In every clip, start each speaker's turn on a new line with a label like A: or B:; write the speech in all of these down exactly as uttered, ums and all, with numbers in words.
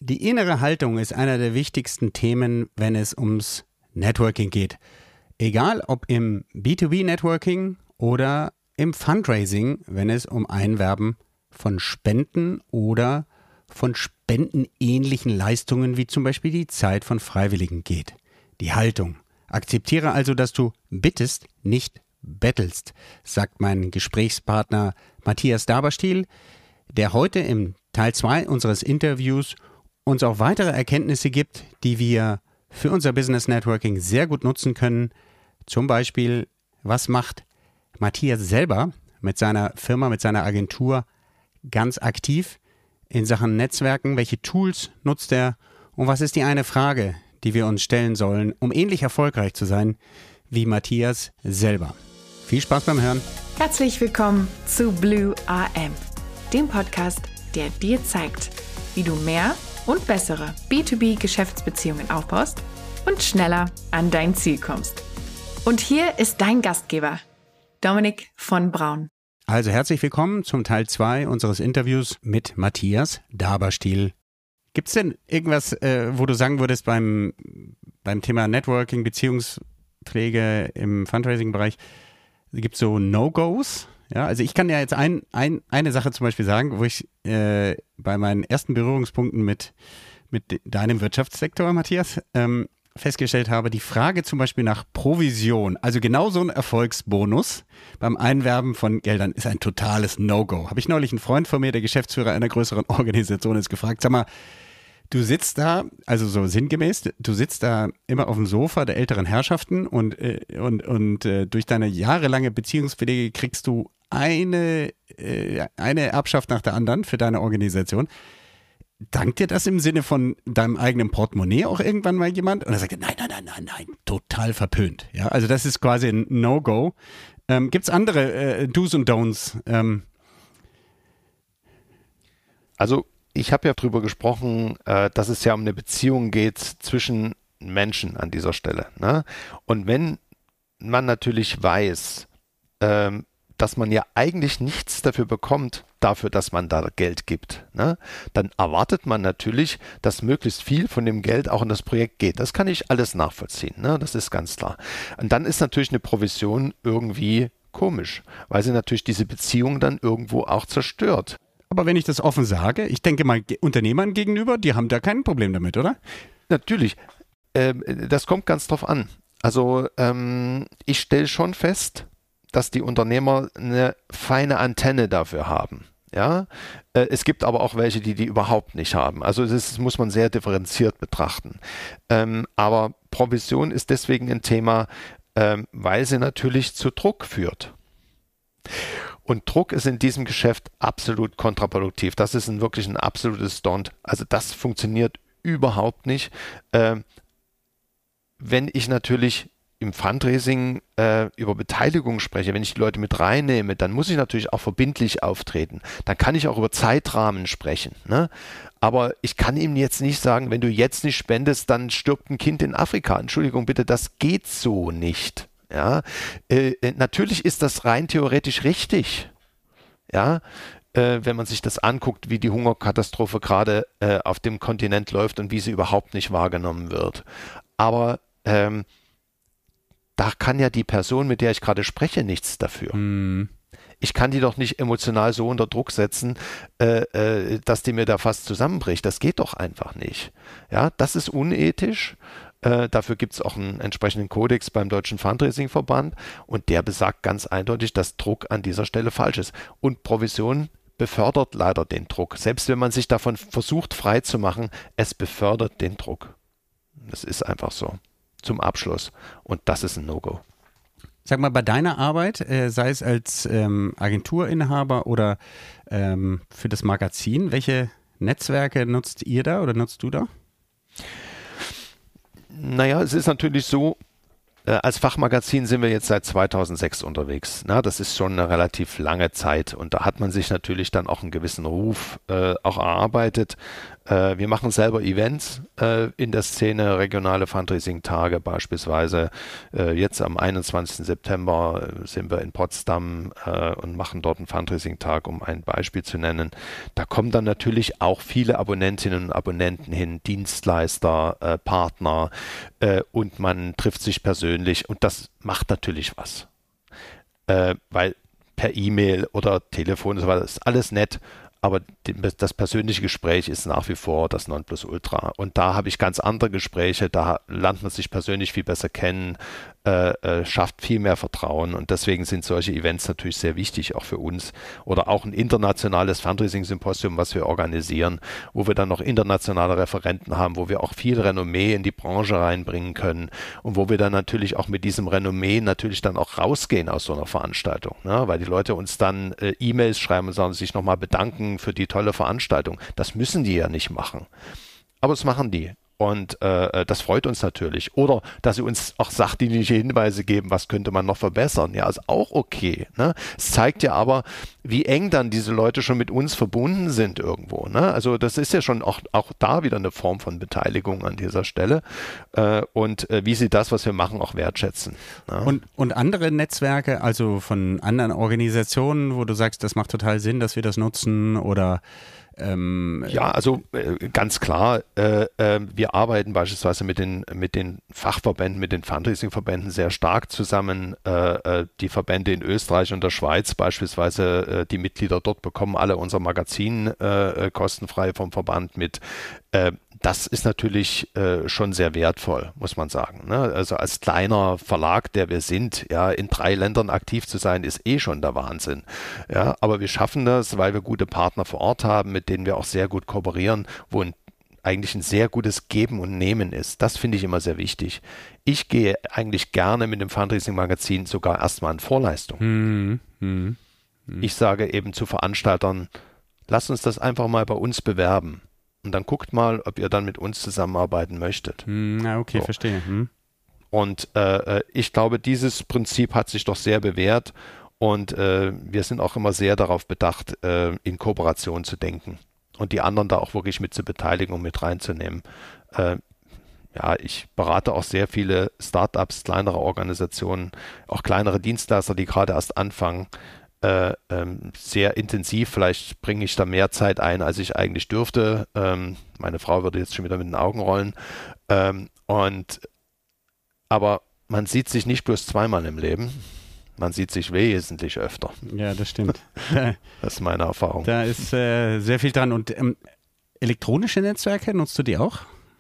A: Die innere Haltung ist einer der wichtigsten Themen, wenn es ums Networking geht. Egal ob im B zwei B Networking oder im Fundraising, wenn es um Einwerben von Spenden oder von spendenähnlichen Leistungen wie zum Beispiel die Zeit von Freiwilligen geht. Die Haltung. Akzeptiere also, dass du bittest, nicht bettelst, sagt mein Gesprächspartner Matthias Daberstiel, der heute im Teil zwei unseres Interviews uns auch weitere Erkenntnisse gibt, die wir für unser Business Networking sehr gut nutzen können. Zum Beispiel, was macht Matthias selber mit seiner Firma, mit seiner Agentur ganz aktiv in Sachen Netzwerken? Welche Tools nutzt er? Und was ist die eine Frage, die wir uns stellen sollen, um ähnlich erfolgreich zu sein wie Matthias selber? Viel Spaß beim Hören.
B: Herzlich willkommen zu Blue A M, dem Podcast, der dir zeigt, wie du mehr und bessere B zwei B Geschäftsbeziehungen aufbaust und schneller an dein Ziel kommst. Und hier ist dein Gastgeber, Dominik von Braun.
A: Also herzlich willkommen zum Teil zwei unseres Interviews mit Matthias Daberstiel. Gibt es denn irgendwas, äh, wo du sagen würdest beim, beim Thema Networking, Beziehungspflege im Fundraising-Bereich, gibt es so No-Gos? Ja, also ich kann ja jetzt ein, ein, eine Sache zum Beispiel sagen, wo ich äh, bei meinen ersten Berührungspunkten mit, mit deinem Wirtschaftssektor, Matthias, ähm, festgestellt habe, die Frage zum Beispiel nach Provision, also genau so ein Erfolgsbonus beim Einwerben von Geldern, ist ein totales No-Go. Habe ich neulich einen Freund von mir, der Geschäftsführer einer größeren Organisation ist, gefragt, sag mal, du sitzt da, also so sinngemäß, du sitzt da immer auf dem Sofa der älteren Herrschaften und, äh, und, und äh, durch deine jahrelange Beziehungspflege kriegst du eine, äh, eine Erbschaft nach der anderen für deine Organisation. Dankt dir das im Sinne von deinem eigenen Portemonnaie auch irgendwann mal jemand? Und er sagt, nein, nein, nein, nein, nein, total verpönt. Ja, also das ist quasi ein No-Go. Ähm, Gibt es andere äh, Do's und Don'ts? Ähm
C: also ich habe ja drüber gesprochen, äh, dass es ja um eine Beziehung geht zwischen Menschen an dieser Stelle. Ne? Und wenn man natürlich weiß, ähm, dass man ja eigentlich nichts dafür bekommt, dafür, dass man da Geld gibt, ne? Dann erwartet man natürlich, dass möglichst viel von dem Geld auch in das Projekt geht. Das kann ich alles nachvollziehen, ne? Das ist ganz klar. Und dann ist natürlich eine Provision irgendwie komisch, weil sie natürlich diese Beziehung dann irgendwo auch zerstört.
A: Aber wenn ich das offen sage, ich denke mal, Unternehmern gegenüber, die haben da kein Problem damit, oder?
C: Natürlich. Ähm, das kommt ganz drauf an. Also ähm, ich stelle schon fest, dass die Unternehmer eine feine Antenne dafür haben. Ja? Äh, es gibt aber auch welche, die die überhaupt nicht haben. Also das muss man sehr differenziert betrachten. Ähm, aber Provision ist deswegen ein Thema, ähm, weil sie natürlich zu Druck führt. Und Druck ist in diesem Geschäft absolut kontraproduktiv. Das ist ein, wirklich ein absolutes Stunt. Also das funktioniert überhaupt nicht. Ähm, wenn ich natürlich im Fundraising äh, über Beteiligung spreche, wenn ich die Leute mit reinnehme, dann muss ich natürlich auch verbindlich auftreten. Dann kann ich auch über Zeitrahmen sprechen. Ne? Aber ich kann ihm jetzt nicht sagen, wenn du jetzt nicht spendest, dann stirbt ein Kind in Afrika. Entschuldigung bitte, das geht so nicht. Ja? Äh, natürlich ist das rein theoretisch richtig. Ja? Äh, wenn man sich das anguckt, wie die Hungerkatastrophe gerade äh, auf dem Kontinent läuft und wie sie überhaupt nicht wahrgenommen wird. Aber ähm, da kann ja die Person, mit der ich gerade spreche, nichts dafür. Hm. Ich kann die doch nicht emotional so unter Druck setzen, äh, äh, dass die mir da fast zusammenbricht. Das geht doch einfach nicht. Ja, das ist unethisch. Äh, dafür gibt es auch einen entsprechenden Kodex beim Deutschen Fundraising-Verband und der besagt ganz eindeutig, dass Druck an dieser Stelle falsch ist. Und Provision befördert leider den Druck. Selbst wenn man sich davon versucht, frei zu machen, es befördert den Druck. Das ist einfach so. Zum Abschluss. Und das ist ein No-Go.
A: Sag mal, bei deiner Arbeit, äh, sei es als ähm, Agenturinhaber oder ähm, für das Magazin, welche Netzwerke nutzt ihr da oder nutzt du da?
C: Naja, es ist natürlich so, äh, als Fachmagazin sind wir jetzt seit zweitausendsechs unterwegs. Na, das ist schon eine relativ lange Zeit und da hat man sich natürlich dann auch einen gewissen Ruf äh, auch erarbeitet. Äh, wir machen selber Events äh, in der Szene, regionale Fundraising-Tage beispielsweise. Äh, jetzt am einundzwanzigsten September sind wir in Potsdam äh, und machen dort einen Fundraising-Tag, um ein Beispiel zu nennen. Da kommen dann natürlich auch viele Abonnentinnen und Abonnenten hin, Dienstleister, äh, Partner äh, und man trifft sich persönlich und das macht natürlich was. Äh, weil per E-Mail oder Telefon und so weiter ist alles nett, aber das persönliche Gespräch ist nach wie vor das Nonplusultra. Und da habe ich ganz andere Gespräche, da lernt man sich persönlich viel besser kennen, äh, äh, schafft viel mehr Vertrauen und deswegen sind solche Events natürlich sehr wichtig, auch für uns. Oder auch ein internationales Fundraising-Symposium, was wir organisieren, wo wir dann noch internationale Referenten haben, wo wir auch viel Renommee in die Branche reinbringen können und wo wir dann natürlich auch mit diesem Renommee natürlich dann auch rausgehen aus so einer Veranstaltung, ne? Weil die Leute uns dann äh, E-Mails schreiben und sagen, sich nochmal bedanken für die tolle Veranstaltung. Das müssen die ja nicht machen. Aber das machen die. Und äh, das freut uns natürlich. Oder dass sie uns auch sachdienliche Hinweise geben, was könnte man noch verbessern. Ja, ist auch okay. Ne? Es zeigt ja aber, wie eng dann diese Leute schon mit uns verbunden sind irgendwo. Ne? Also das ist ja schon auch, auch da wieder eine Form von Beteiligung an dieser Stelle. Äh, und äh, wie sie das, was wir machen, auch wertschätzen. Ne?
A: Und, und andere Netzwerke, also von anderen Organisationen, wo du sagst, das macht total Sinn, dass wir das nutzen oder Ähm,
C: ja, also äh, ganz klar, äh, äh, wir arbeiten beispielsweise mit den, mit den Fachverbänden, mit den Fundraising-Verbänden sehr stark zusammen. Äh, äh, die Verbände in Österreich und der Schweiz beispielsweise, äh, die Mitglieder dort bekommen alle unser Magazin äh, kostenfrei vom Verband mit. Äh, Das ist natürlich äh, schon sehr wertvoll, muss man sagen. Ne? Also als kleiner Verlag, der wir sind, ja, in drei Ländern aktiv zu sein, ist eh schon der Wahnsinn. Ja, aber wir schaffen das, weil wir gute Partner vor Ort haben, mit denen wir auch sehr gut kooperieren, wo ein, eigentlich ein sehr gutes Geben und Nehmen ist. Das finde ich immer sehr wichtig. Ich gehe eigentlich gerne mit dem Fundraising-Magazin sogar erstmal in Vorleistung.
A: Hm, hm, hm.
C: Ich sage eben zu Veranstaltern, lasst uns das einfach mal bei uns bewerben. Und dann guckt mal, ob ihr dann mit uns zusammenarbeiten möchtet.
A: Na, okay,
C: so.
A: verstehe. Hm.
C: Und äh, ich glaube, dieses Prinzip hat sich doch sehr bewährt und äh, wir sind auch immer sehr darauf bedacht, äh, in Kooperation zu denken und die anderen da auch wirklich mit zu beteiligen und mit reinzunehmen. Äh, ja, ich berate auch sehr viele Startups, kleinere Organisationen, auch kleinere Dienstleister, die gerade erst anfangen, Äh, ähm, sehr intensiv. Vielleicht bringe ich da mehr Zeit ein, als ich eigentlich dürfte. Ähm, meine Frau würde jetzt schon wieder mit den Augen rollen. Ähm, und aber man sieht sich nicht bloß zweimal im Leben, man sieht sich wesentlich öfter.
A: Ja, das stimmt.
C: Das ist meine Erfahrung.
A: Da ist äh, sehr viel dran. Und ähm, elektronische Netzwerke, nutzt du die auch?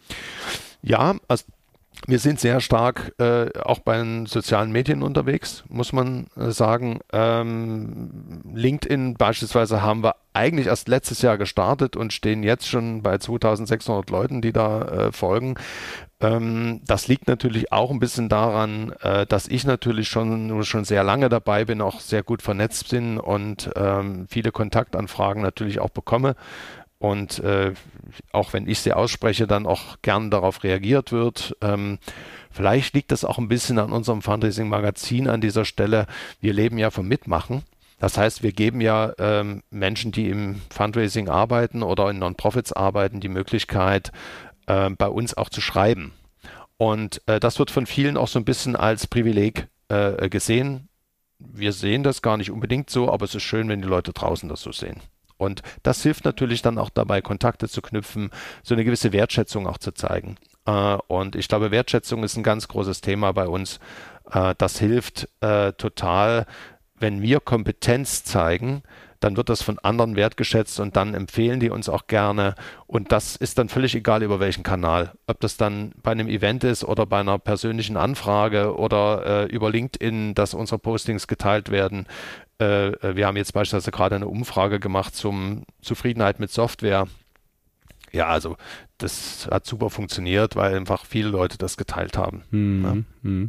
C: Ja, also wir sind sehr stark äh, auch bei den sozialen Medien unterwegs, muss man äh, sagen. Ähm, LinkedIn beispielsweise haben wir eigentlich erst letztes Jahr gestartet und stehen jetzt schon bei zweitausendsechshundert Leuten, die da äh, folgen. Ähm, das liegt natürlich auch ein bisschen daran, äh, dass ich natürlich schon, schon sehr lange dabei bin, auch sehr gut vernetzt bin und ähm, viele Kontaktanfragen natürlich auch bekomme. Und äh, auch wenn ich sie ausspreche, dann auch gern darauf reagiert wird. Ähm, vielleicht liegt das auch ein bisschen an unserem Fundraising-Magazin an dieser Stelle. Wir leben ja vom Mitmachen. Das heißt, wir geben ja ähm, Menschen, die im Fundraising arbeiten oder in Non-Profits arbeiten, die Möglichkeit, äh, bei uns auch zu schreiben. Und äh, das wird von vielen auch so ein bisschen als Privileg äh, gesehen. Wir sehen das gar nicht unbedingt so, aber es ist schön, wenn die Leute draußen das so sehen. Und das hilft natürlich dann auch dabei, Kontakte zu knüpfen, so eine gewisse Wertschätzung auch zu zeigen. Äh, und ich glaube, Wertschätzung ist ein ganz großes Thema bei uns. Äh, das hilft äh, total, wenn wir Kompetenz zeigen, dann wird das von anderen wertgeschätzt und dann empfehlen die uns auch gerne. Und das ist dann völlig egal, über welchen Kanal. Ob das dann bei einem Event ist oder bei einer persönlichen Anfrage oder äh, über LinkedIn, dass unsere Postings geteilt werden. Äh, wir haben jetzt beispielsweise gerade eine Umfrage gemacht zum Zufriedenheit mit Software. Ja, also das hat super funktioniert, weil einfach viele Leute das geteilt haben.
A: Hm,
C: ja.
A: hm.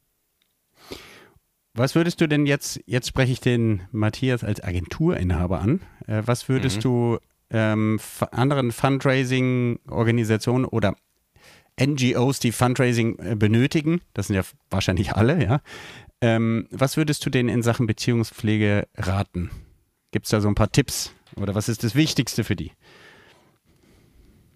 A: Was würdest du denn jetzt, jetzt spreche ich den Matthias als Agenturinhaber an, äh, was würdest mhm. du ähm, anderen Fundraising-Organisationen oder N G Os, die Fundraising äh, benötigen, das sind ja wahrscheinlich alle, ja, ähm, was würdest du denen in Sachen Beziehungspflege raten? Gibt es da so ein paar Tipps oder was ist das Wichtigste für die?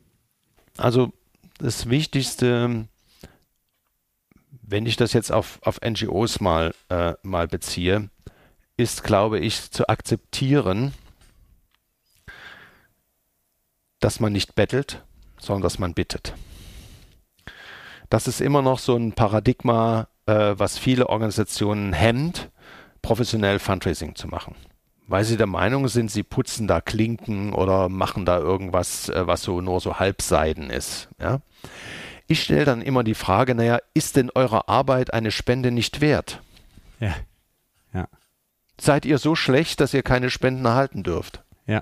C: Also das Wichtigste, wenn ich das jetzt auf, auf N G Os mal, äh, mal beziehe, ist, glaube ich, zu akzeptieren, dass man nicht bettelt, sondern dass man bittet. Das ist immer noch so ein Paradigma, äh, was viele Organisationen hemmt, professionell Fundraising zu machen. Weil sie der Meinung sind, sie putzen da Klinken oder machen da irgendwas, äh, was so nur so halbseiden ist. Ja? Ich stelle dann immer die Frage, naja, ist denn eure Arbeit eine Spende nicht wert?
A: Ja. Ja.
C: Seid ihr so schlecht, dass ihr keine Spenden erhalten dürft?
A: Ja.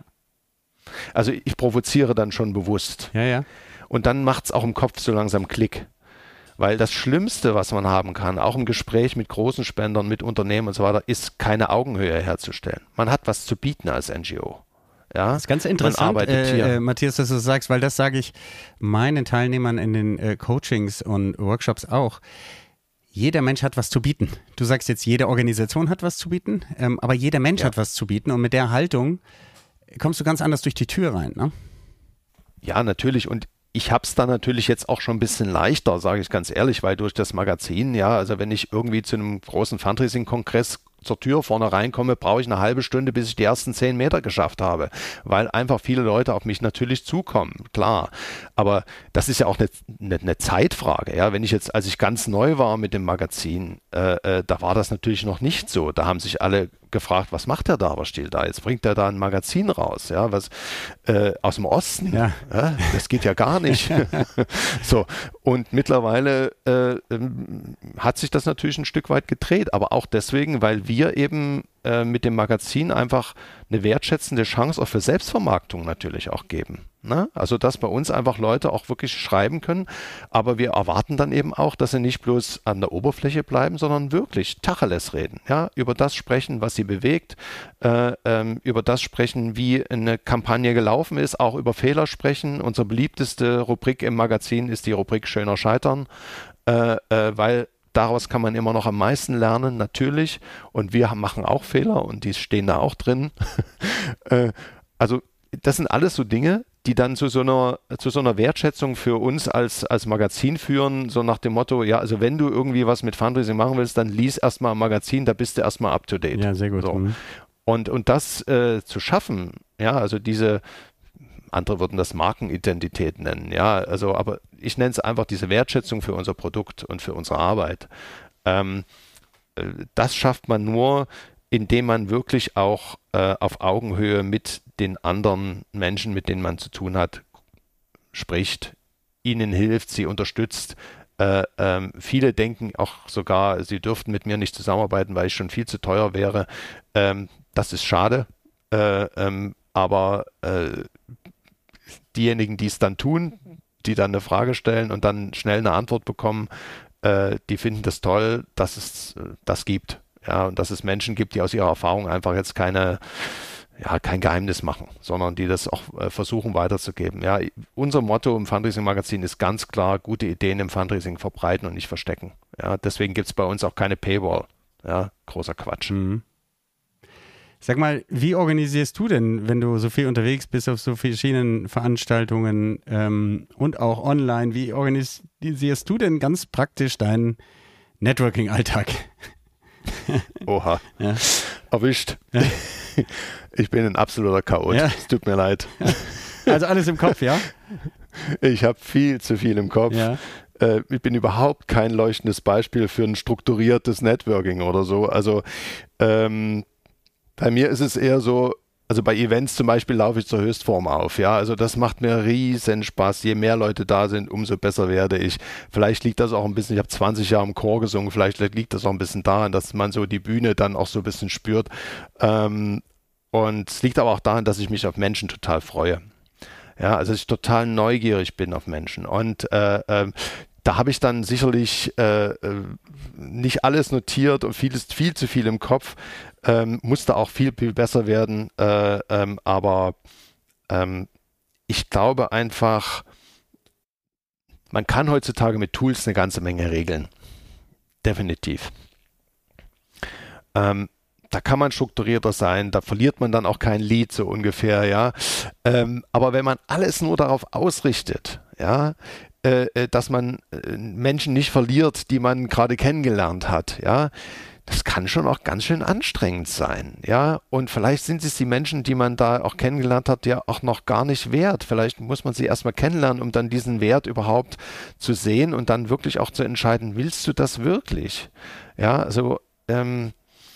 C: Also ich provoziere dann schon bewusst.
A: Ja, ja.
C: Und dann macht es auch im Kopf so langsam Klick. Weil das Schlimmste, was man haben kann, auch im Gespräch mit großen Spendern, mit Unternehmen und so weiter, ist keine Augenhöhe herzustellen. Man hat was zu bieten als N G O. Ja?
A: Das ist ganz interessant, äh, äh, Matthias, dass du das sagst, weil das sage ich meinen Teilnehmern in den äh, Coachings und Workshops auch. Jeder Mensch hat was zu bieten. Du sagst jetzt, jede Organisation hat was zu bieten, ähm, aber jeder Mensch
C: ja.
A: hat was zu bieten und mit der Haltung kommst du ganz anders durch die Tür rein, ne?
C: Ja, natürlich. Und ich habe es dann natürlich jetzt auch schon ein bisschen leichter, sage ich ganz ehrlich, weil durch das Magazin, ja, also wenn ich irgendwie zu einem großen Fundraising-Kongress zur Tür vorne reinkomme, brauche ich eine halbe Stunde, bis ich die ersten zehn Meter geschafft habe, weil einfach viele Leute auf mich natürlich zukommen, klar. Aber das ist ja auch eine, eine, eine Zeitfrage, ja. Wenn ich jetzt, als ich ganz neu war mit dem Magazin, äh, äh, da war das natürlich noch nicht so. Da haben sich alle gefragt, was macht der Daberstiel da? Jetzt bringt er da ein Magazin raus, ja, was äh, aus dem Osten,
A: ja.
C: Ja, das geht ja gar nicht. So, und mittlerweile äh, hat sich das natürlich ein Stück weit gedreht, aber auch deswegen, weil wir eben äh, mit dem Magazin einfach eine wertschätzende Chance auch für Selbstvermarktung natürlich auch geben. Ne? Also, dass bei uns einfach Leute auch wirklich schreiben können, aber wir erwarten dann eben auch, dass sie nicht bloß an der Oberfläche bleiben, sondern wirklich Tacheles reden, ja, über das sprechen, was sie bewegt, äh, ähm, über das sprechen, wie eine Kampagne gelaufen ist, auch über Fehler sprechen. Unsere beliebteste Rubrik im Magazin ist die Rubrik Schöner Scheitern, äh, äh, weil daraus kann man immer noch am meisten lernen, natürlich. Und wir machen auch Fehler und die stehen da auch drin. äh, also das sind alles so Dinge, die dann zu so einer, zu so einer Wertschätzung für uns als, als Magazin führen, so nach dem Motto, ja, also wenn du irgendwie was mit Fundraising machen willst, dann lies erstmal ein Magazin, da bist du erstmal up to date.
A: Ja, sehr gut.
C: So.
A: Mhm.
C: Und, und das äh, zu schaffen, ja, also diese, andere würden das Markenidentität nennen, ja, also, aber ich nenne es einfach diese Wertschätzung für unser Produkt und für unsere Arbeit. Ähm, äh, das schafft man nur, indem man wirklich auch äh, auf Augenhöhe mit den anderen Menschen, mit denen man zu tun hat, spricht, ihnen hilft, sie unterstützt. Äh, ähm, viele denken auch sogar, sie dürften mit mir nicht zusammenarbeiten, weil ich schon viel zu teuer wäre. Ähm, das ist schade, äh, ähm, aber äh, diejenigen, die es dann tun, die dann eine Frage stellen und dann schnell eine Antwort bekommen, äh, die finden das toll, dass es das gibt. Ja, und dass es Menschen gibt, die aus ihrer Erfahrung einfach jetzt keine, ja, kein Geheimnis machen, sondern die das auch äh, versuchen weiterzugeben. Ja, unser Motto im Fundraising-Magazin ist ganz klar, gute Ideen im Fundraising verbreiten und nicht verstecken. Ja, deswegen gibt es bei uns auch keine Paywall. Ja, großer Quatsch.
A: Mhm. Sag mal, wie organisierst du denn, wenn du so viel unterwegs bist auf so verschiedenen Veranstaltungen ähm, und auch online, wie organisierst du denn ganz praktisch deinen Networking-Alltag?
C: Oha,
A: ja.
C: Erwischt.
A: Ja.
C: Ich bin ein absoluter Chaot.
A: Ja.
C: Es tut mir leid.
A: Also alles im Kopf, ja?
C: Ich habe viel zu viel im Kopf.
A: Ja.
C: Äh, ich bin überhaupt kein leuchtendes Beispiel für ein strukturiertes Networking oder so. Also ähm, bei mir ist es eher so, also bei Events zum Beispiel laufe ich zur Höchstform auf, ja, also das macht mir riesen Spaß, je mehr Leute da sind, umso besser werde ich. Vielleicht liegt das auch ein bisschen, ich habe zwanzig Jahre im Chor gesungen, vielleicht liegt das auch ein bisschen daran, dass man so die Bühne dann auch so ein bisschen spürt, ähm, und es liegt aber auch daran, dass ich mich auf Menschen total freue. Ja, also ich total neugierig bin auf Menschen und äh, äh, da habe ich dann sicherlich äh, nicht alles notiert und vieles, viel zu viel im Kopf. Ähm, musste auch viel, viel besser werden. Äh, ähm, aber ähm, ich glaube einfach, man kann heutzutage mit Tools eine ganze Menge regeln. Definitiv. Ähm, da kann man strukturierter sein, da verliert man dann auch kein Lied, so ungefähr, ja. Ähm, aber wenn man alles nur darauf ausrichtet, ja, äh, dass man äh, Menschen nicht verliert, die man gerade kennengelernt hat, ja, das kann schon auch ganz schön anstrengend sein, ja. Und vielleicht sind es die Menschen, die man da auch kennengelernt hat, ja auch noch gar nicht wert. Vielleicht muss man sie erstmal kennenlernen, um dann diesen Wert überhaupt zu sehen und dann wirklich auch zu entscheiden, willst du das wirklich? Ja, also ähm,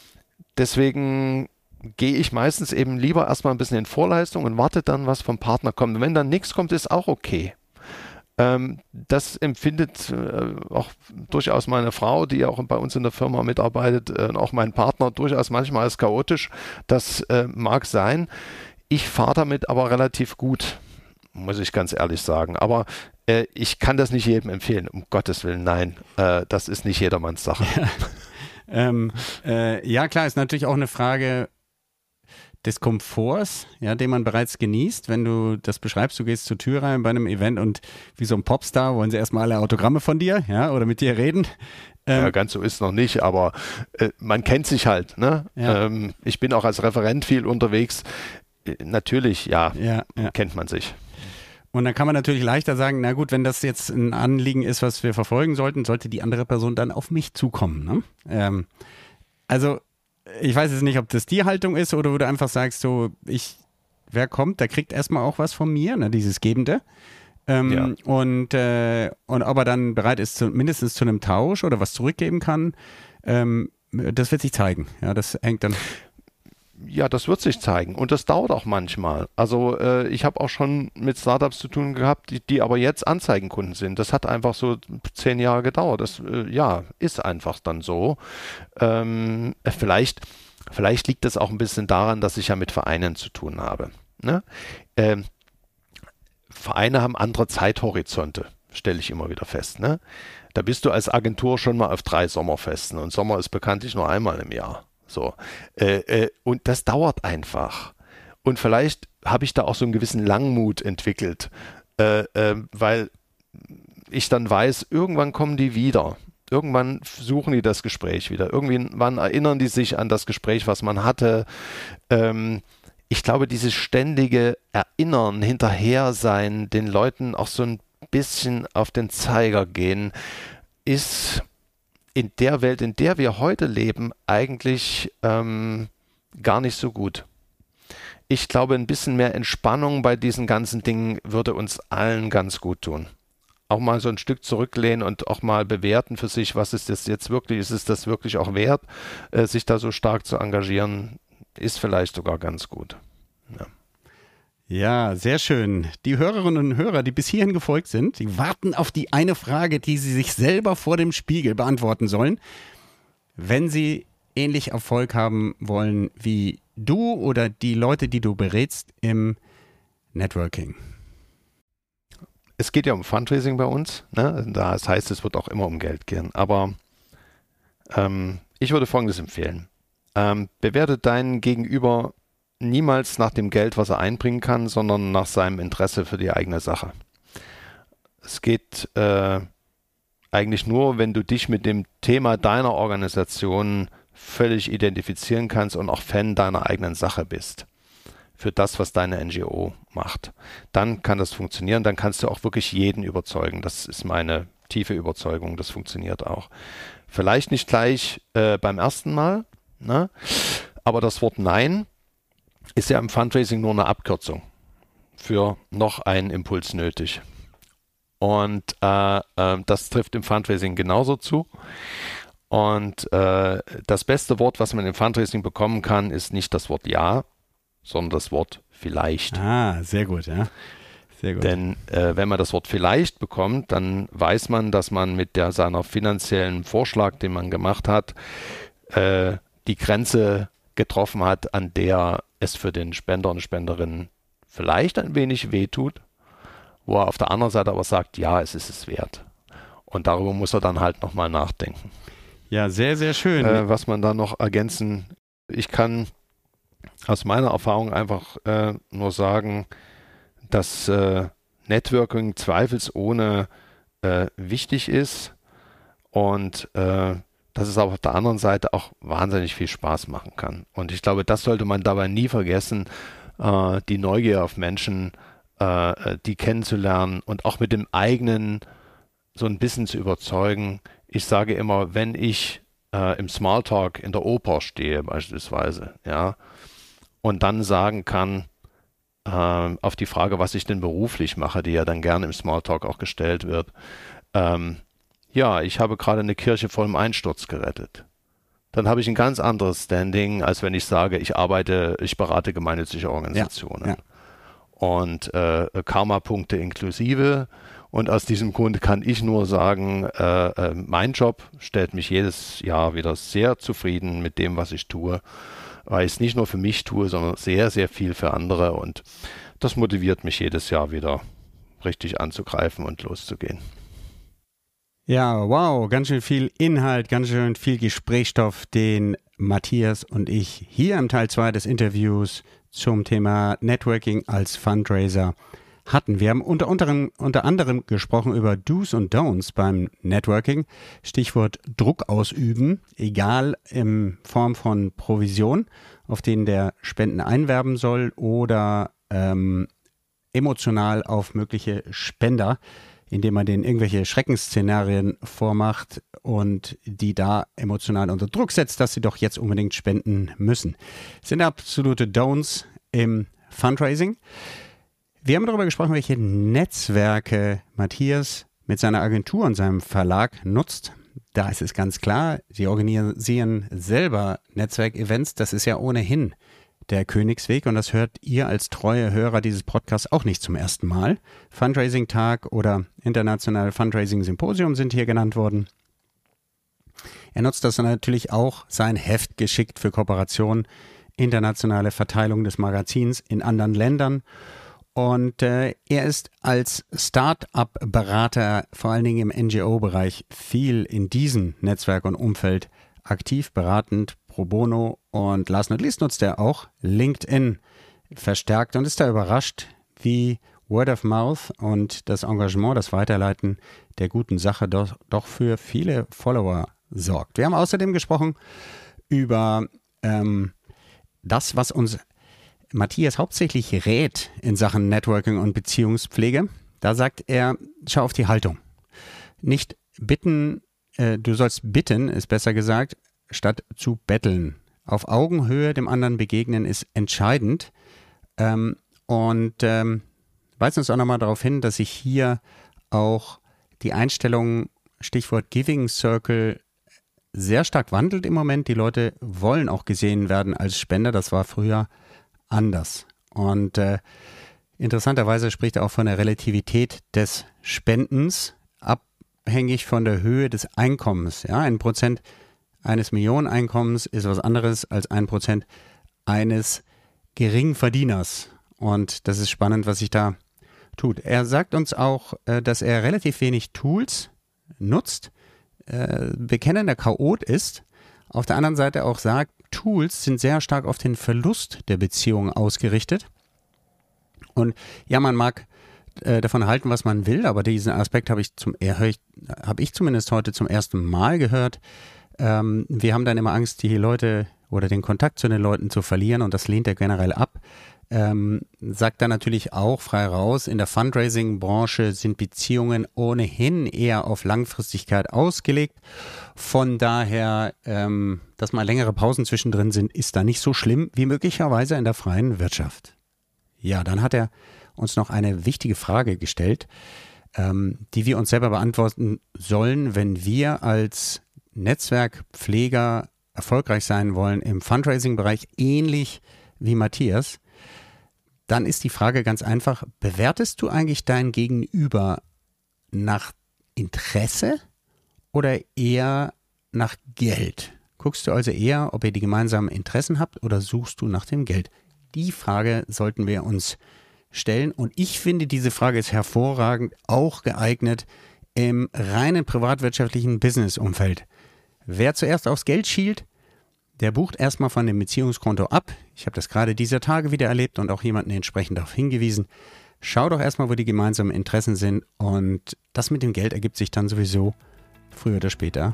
C: deswegen gehe ich meistens eben lieber erstmal ein bisschen in Vorleistung und warte dann, was vom Partner kommt. Und wenn dann nichts kommt, ist auch okay. Ähm, das empfindet äh, auch durchaus meine Frau, die ja auch bei uns in der Firma mitarbeitet, äh, und auch mein Partner durchaus manchmal als chaotisch. Das äh, mag sein. Ich fahre damit aber relativ gut, muss ich ganz ehrlich sagen. Aber äh, ich kann das nicht jedem empfehlen. Um Gottes Willen, nein. Äh, das ist nicht jedermanns Sache.
A: Ja. ähm, äh, ja, klar, ist natürlich auch eine Frage des Komforts, ja, den man bereits genießt, wenn du das beschreibst, du gehst zur Tür rein bei einem Event und wie so ein Popstar wollen sie erstmal alle Autogramme von dir, ja, oder mit dir reden. Ähm,
C: ja, ganz so ist es noch nicht, aber äh, man kennt sich halt, ne?
A: Ja.
C: Ähm, ich bin auch als Referent viel unterwegs. Äh, natürlich, ja,
A: ja, ja,
C: kennt man sich.
A: Und dann kann man natürlich leichter sagen, na gut, wenn das jetzt ein Anliegen ist, was wir verfolgen sollten, sollte die andere Person dann auf mich zukommen, ne? Ähm, also ich weiß jetzt nicht, ob das die Haltung ist oder wo du einfach sagst, so, ich, wer kommt, der kriegt erstmal auch was von mir, ne, dieses Gebende. Ähm,
C: ja.
A: und, äh, und ob er dann bereit ist, zu, mindestens zu einem Tausch oder was zurückgeben kann, ähm, das wird sich zeigen. Ja, das hängt dann.
C: Ja, das wird sich zeigen und das dauert auch manchmal. Also äh, ich habe auch schon mit Startups zu tun gehabt, die, die aber jetzt Anzeigenkunden sind. Das hat einfach so zehn Jahre gedauert. Das äh, ja, ist einfach dann so. Ähm, vielleicht, vielleicht liegt das auch ein bisschen daran, dass ich ja mit Vereinen zu tun habe. Ne? Ähm, Vereine haben andere Zeithorizonte, stelle ich immer wieder fest. Ne? Da bist du als Agentur schon mal auf drei Sommerfesten und Sommer ist bekanntlich nur einmal im Jahr. So, äh, äh, und das dauert einfach. Und vielleicht habe ich da auch so einen gewissen Langmut entwickelt, äh, äh, weil ich dann weiß, irgendwann kommen die wieder. Irgendwann suchen die das Gespräch wieder. Irgendwann erinnern die sich an das Gespräch, was man hatte. Ähm, ich glaube, dieses ständige Erinnern, hinterher sein, den Leuten auch so ein bisschen auf den Zeiger gehen, ist in der Welt, in der wir heute leben, eigentlich ähm, gar nicht so gut. Ich glaube, ein bisschen mehr Entspannung bei diesen ganzen Dingen würde uns allen ganz gut tun. Auch mal so ein Stück zurücklehnen und auch mal bewerten für sich, was ist das jetzt wirklich, ist es das wirklich auch wert, äh, sich da so stark zu engagieren, ist vielleicht sogar ganz gut. Ja.
A: Ja, sehr schön. Die Hörerinnen und Hörer, die bis hierhin gefolgt sind, die warten auf die eine Frage, die sie sich selber vor dem Spiegel beantworten sollen. Wenn sie ähnlich Erfolg haben wollen wie du oder die Leute, die du berätst im Networking.
C: Es geht ja um Fundraising bei uns. Ne? Das heißt, es wird auch immer um Geld gehen. Aber ähm, ich würde Folgendes empfehlen. Ähm, bewerte deinen Gegenüber niemals nach dem Geld, was er einbringen kann, sondern nach seinem Interesse für die eigene Sache. Es geht äh, eigentlich nur, wenn du dich mit dem Thema deiner Organisation völlig identifizieren kannst und auch Fan deiner eigenen Sache bist. Für das, was deine N G O macht. Dann kann das funktionieren, dann kannst du auch wirklich jeden überzeugen. Das ist meine tiefe Überzeugung, das funktioniert auch. Vielleicht nicht gleich äh, beim ersten Mal, ne? Aber das Wort Nein ist ja im Fundraising nur eine Abkürzung für noch einen Impuls nötig. Und äh, äh, das trifft im Fundraising genauso zu. Und äh, das beste Wort, was man im Fundraising bekommen kann, ist nicht das Wort Ja, sondern das Wort Vielleicht.
A: Ah, sehr gut, ja. Sehr gut.
C: Denn äh, wenn man das Wort Vielleicht bekommt, dann weiß man, dass man mit der seiner finanziellen Vorschlag, den man gemacht hat, äh, die Grenze getroffen hat, an der es für den Spender und Spenderin vielleicht ein wenig wehtut, wo er auf der anderen Seite aber sagt, ja, es ist es wert. Und darüber muss er dann halt nochmal nachdenken.
A: Ja, sehr, sehr schön.
C: Äh, was man da noch ergänzen, ich kann aus meiner Erfahrung einfach äh, nur sagen, dass äh, Networking zweifelsohne äh, wichtig ist und äh, dass es aber auf der anderen Seite auch wahnsinnig viel Spaß machen kann. Und ich glaube, das sollte man dabei nie vergessen, äh, die Neugier auf Menschen, äh, die kennenzulernen und auch mit dem eigenen so ein bisschen zu überzeugen. Ich sage immer, wenn ich äh, im Smalltalk in der Oper stehe beispielsweise, ja, und dann sagen kann, äh, auf die Frage, was ich denn beruflich mache, die ja dann gerne im Smalltalk auch gestellt wird, ähm, ja, ich habe gerade eine Kirche vor dem Einsturz gerettet. Dann habe ich ein ganz anderes Standing, als wenn ich sage, ich arbeite, ich berate gemeinnützige Organisationen. Ja, ja. Und äh, Karma-Punkte inklusive. Und aus diesem Grund kann ich nur sagen, äh, äh, mein Job stellt mich jedes Jahr wieder sehr zufrieden mit dem, was ich tue, weil ich es nicht nur für mich tue, sondern sehr, sehr viel für andere. Und das motiviert mich jedes Jahr wieder richtig anzugreifen und loszugehen.
A: Ja, wow, ganz schön viel Inhalt, ganz schön viel Gesprächsstoff, den Matthias und ich hier im Teil zwei des Interviews zum Thema Networking als Fundraiser hatten. Wir haben unter, unter, unter anderem gesprochen über Do's und Don'ts beim Networking, Stichwort Druck ausüben, egal in Form von Provision, auf denen der Spenden einwerben soll oder ähm, emotional auf mögliche Spender, indem man denen irgendwelche Schreckensszenarien vormacht und die da emotional unter Druck setzt, dass sie doch jetzt unbedingt spenden müssen. Das sind absolute Don'ts im Fundraising. Wir haben darüber gesprochen, welche Netzwerke Matthias mit seiner Agentur und seinem Verlag nutzt. Da ist es ganz klar, sie organisieren selber Netzwerkevents. Das ist ja ohnehin der Königsweg und das hört ihr als treue Hörer dieses Podcasts auch nicht zum ersten Mal. Fundraising-Tag oder Internationale Fundraising-Symposium sind hier genannt worden. Er nutzt das natürlich auch sein Heft geschickt für Kooperation, internationale Verteilung des Magazins in anderen Ländern. Und äh, er ist als Start-up-Berater, vor allen Dingen im N G O-Bereich, viel in diesem Netzwerk und Umfeld aktiv, beratend, pro bono. Und last not least nutzt er auch LinkedIn verstärkt und ist da überrascht, wie Word of Mouth und das Engagement, das Weiterleiten der guten Sache doch, doch für viele Follower sorgt. Wir haben außerdem gesprochen über ähm, das, was uns Matthias hauptsächlich rät in Sachen Networking und Beziehungspflege. Da sagt er, schau auf die Haltung. Nicht bitten, äh, du sollst bitten, ist besser gesagt, statt zu betteln. Auf Augenhöhe dem anderen begegnen ist entscheidend. Ähm, und ähm, weist uns auch nochmal darauf hin, dass sich hier auch die Einstellung, Stichwort Giving Circle, sehr stark wandelt im Moment. Die Leute wollen auch gesehen werden als Spender. Das war früher anders. Und äh, interessanterweise spricht er auch von der Relativität des Spendens, abhängig von der Höhe des Einkommens. Ja, ein Prozent eines Millioneneinkommens ist was anderes als ein Prozent eines Geringverdieners. Und das ist spannend, was sich da tut. Er sagt uns auch, äh, dass er relativ wenig Tools nutzt, äh, bekennender Chaot ist, auf der anderen Seite auch sagt, Tools sind sehr stark auf den Verlust der Beziehung ausgerichtet. Und ja, man mag äh, davon halten, was man will, aber diesen Aspekt habe ich, zum, äh, hab ich zumindest heute zum ersten Mal gehört. Ähm, wir haben dann immer Angst, die Leute oder den Kontakt zu den Leuten zu verlieren und das lehnt er generell ab. Ähm, sagt dann natürlich auch frei raus, in der Fundraising-Branche sind Beziehungen ohnehin eher auf Langfristigkeit ausgelegt. Von daher, ähm, dass mal längere Pausen zwischendrin sind, ist da nicht so schlimm wie möglicherweise in der freien Wirtschaft. Ja, dann hat er uns noch eine wichtige Frage gestellt, ähm, die wir uns selber beantworten sollen, wenn wir als Netzwerkpfleger erfolgreich sein wollen im Fundraising-Bereich, ähnlich wie Matthias. Dann ist die Frage ganz einfach, bewertest du eigentlich dein Gegenüber nach Interesse oder eher nach Geld? Guckst du also eher, ob ihr die gemeinsamen Interessen habt oder suchst du nach dem Geld? Die Frage sollten wir uns stellen und ich finde, diese Frage ist hervorragend auch geeignet im reinen privatwirtschaftlichen Business-Umfeld. Wer zuerst aufs Geld schielt, der bucht erstmal von dem Beziehungskonto ab. Ich habe das gerade dieser Tage wieder erlebt und auch jemanden entsprechend darauf hingewiesen. Schau doch erstmal, wo die gemeinsamen Interessen sind und das mit dem Geld ergibt sich dann sowieso früher oder später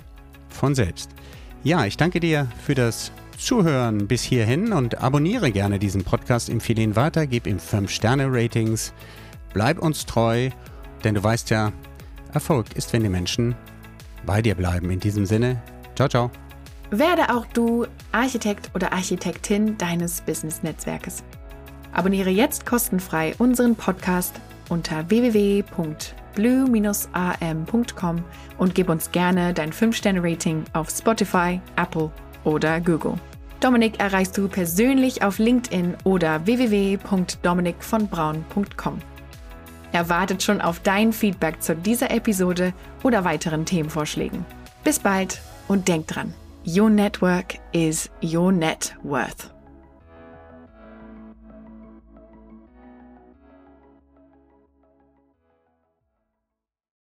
A: von selbst. Ja, ich danke dir für das Zuhören bis hierhin und abonniere gerne diesen Podcast, empfehle ihn weiter, gib ihm fünf Sterne Ratings, bleib uns treu, denn du weißt ja, Erfolg ist, wenn die Menschen bei dir bleiben. In diesem Sinne, ciao, ciao.
B: Werde auch du Architekt oder Architektin deines Business-Netzwerkes. Abonniere jetzt kostenfrei unseren Podcast unter w w w punkt blue Bindestrich a m punkt com und gib uns gerne dein fünf Sterne Rating auf Spotify, Apple oder Google. Dominik erreichst du persönlich auf LinkedIn oder w w w punkt dominik von braun punkt com. Er wartet schon auf dein Feedback zu dieser Episode oder weiteren Themenvorschlägen. Bis bald und denk dran, your network is your net worth.